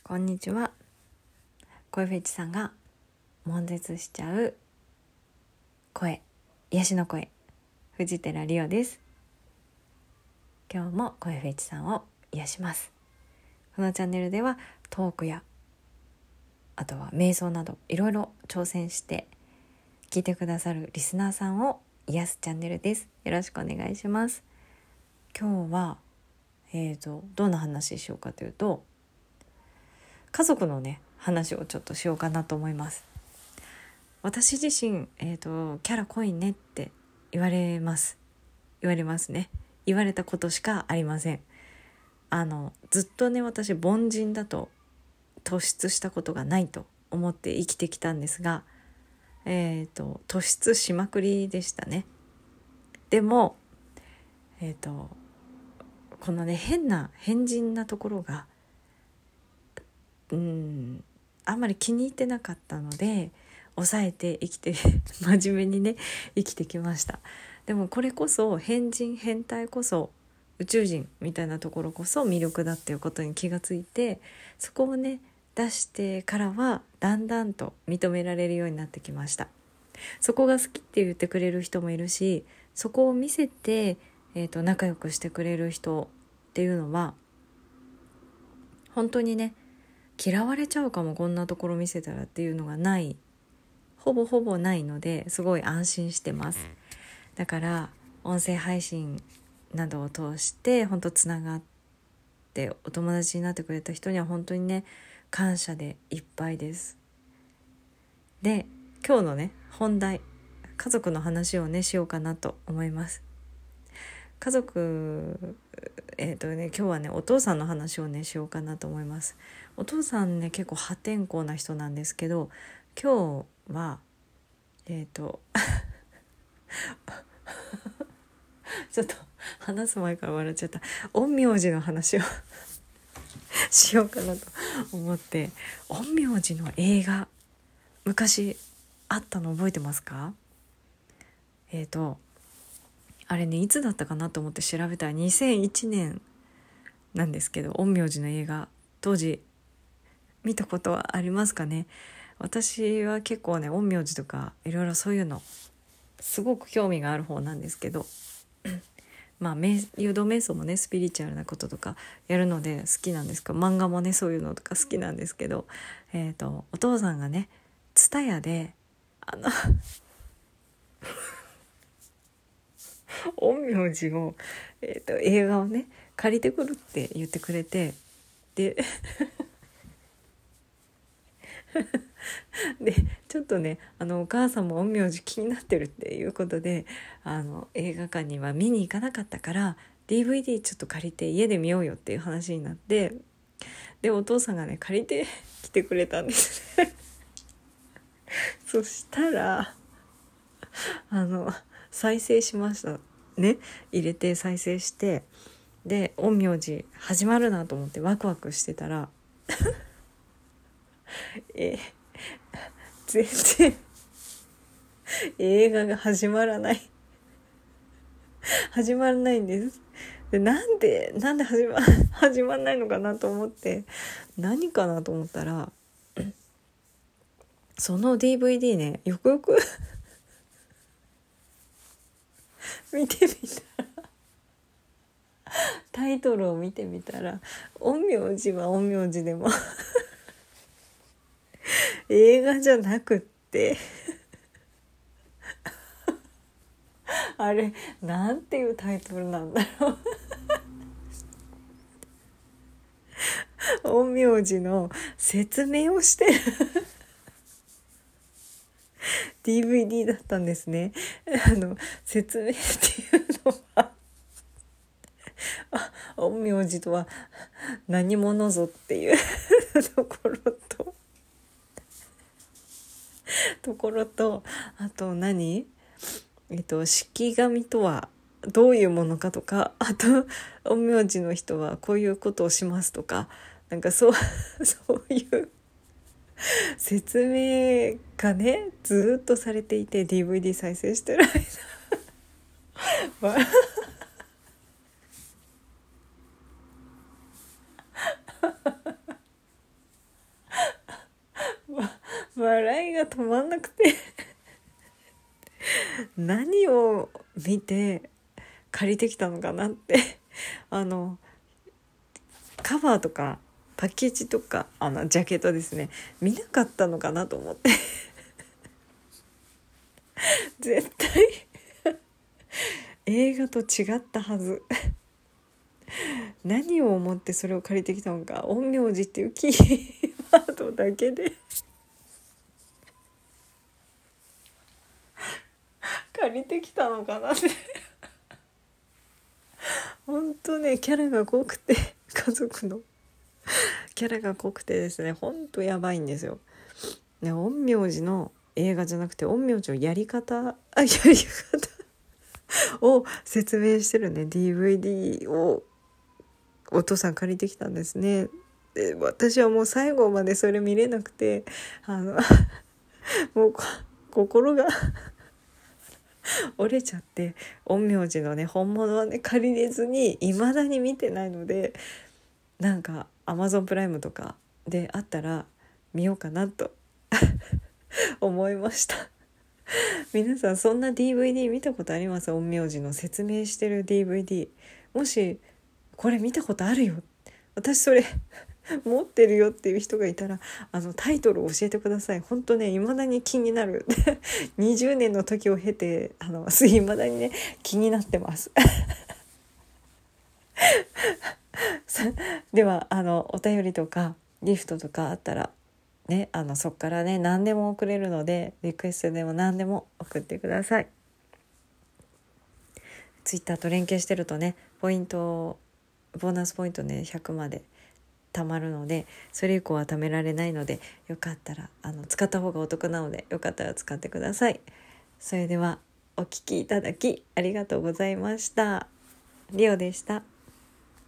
こんにちは。声フェチさんが悶絶しちゃう声、癒しの声、藤寺リオです。今日も声フェチさんを癒します。このチャンネルではトークやあとは瞑想などいろいろ挑戦して聞いてくださるリスナーさんを癒すチャンネルです。よろしくお願いします。今日はどんな話しようかというと、家族のね話をちょっとしようかなと思います。私自身、キャラ濃いねって言われますね。言われたことしかありません。ずっとね私凡人だと突出したことがないと思って生きてきたんですが、突出しまくりでしたね。でもこのね変人なところがあんまり気に入ってなかったので抑えて生きて真面目にね生きてきました。でもこれこそ変人変態こそ宇宙人みたいなところこそ魅力だっていうことに気がついて、そこをね出してからはだんだんと認められるようになってきました。そこが好きって言ってくれる人もいるし、そこを見せて、仲良くしてくれる人っていうのは本当にね嫌われちゃうかも、こんなところ見せたらっていうのがないほぼないので、すごい安心してます。だから音声配信などを通して本当つながってお友達になってくれた人には本当にね感謝でいっぱいです。で、今日のね本題、家族の話をねしようかなと思います。家族今日はねお父さんの話をねしようかなと思います。お父さんね結構破天荒な人なんですけど、今日はちょっと話す前から笑っちゃった。陰陽師の話をしようかなと思って。陰陽師の映画昔あったの覚えてますか？あれねいつだったかなと思って調べたら2001年なんですけど、陰陽師の映画当時見たことはありますかね？私は結構ね陰陽師とかいろいろそういうのすごく興味がある方なんですけど誘導瞑想もねスピリチュアルなこととかやるので好きなんですけど、漫画もねそういうのとか好きなんですけど、お父さんがねTSUTAYAで陰陽師を、映画をね借りてくるって言ってくれて、ででちょっとねお母さんも陰陽師気になってるっていうことで映画館には見に行かなかったから DVD ちょっと借りて家で見ようよっていう話になって、でお父さんがね借りてきてくれたんですねそしたら再生しましたね。入れて再生して、で陰陽師始まるなと思ってワクワクしてたら全然映画が始まらないんです。でなんで始まんないのかなと思って、何かなと思ったらその DVD ねよくよく見てみたらタイトルを見てみたら陰陽師は陰陽師でも映画じゃなくってあれなんていうタイトルなんだろう陰陽師の説明をしてるDVD だったんですね。説明っていうのは陰陽師とは何者ぞっていうところとあと式神とはどういうものかとか、あと陰陽師の人はこういうことをしますとか、なんかそういう説明がねずっとされていて DVD 再生してる間笑いが止まんなくて何を見て借りてきたのかなってカバーとかパッケージとかジャケットですね、見なかったのかなと思って絶対映画と違ったはず何を思ってそれを借りてきたのか、陰陽師っていうキーワードだけで借りてきたのかなって本当ね、キャラが濃くて、家族のキャラが濃くてですね、本当やばいんですよ、ね、陰陽師の映画じゃなくて陰陽師のやり方を説明してるね DVD をお父さん借りてきたんですね。で私はもう最後までそれ見れなくてもう心が折れちゃって、陰陽師のね本物はね借りれずに未だに見てないので、なんか Amazon プライムとかであったら見ようかなと思いました皆さんそんな DVD 見たことあります？陰陽師の説明してる DVD。 もしこれ見たことあるよ、私それ持ってるよっていう人がいたらタイトルを教えてください。本当ね未だに気になる20年の時を経て未だにね気になってますではお便りとかギフトとかあったらね、そっからね何でも送れるので、リクエストでも何でも送ってください。ツイッターと連携してるとねボーナスポイントね100まで貯まるので、それ以降は貯められないので、よかったら使った方がお得なのでよかったら使ってください。それではお聞きいただきありがとうございました。リオでした。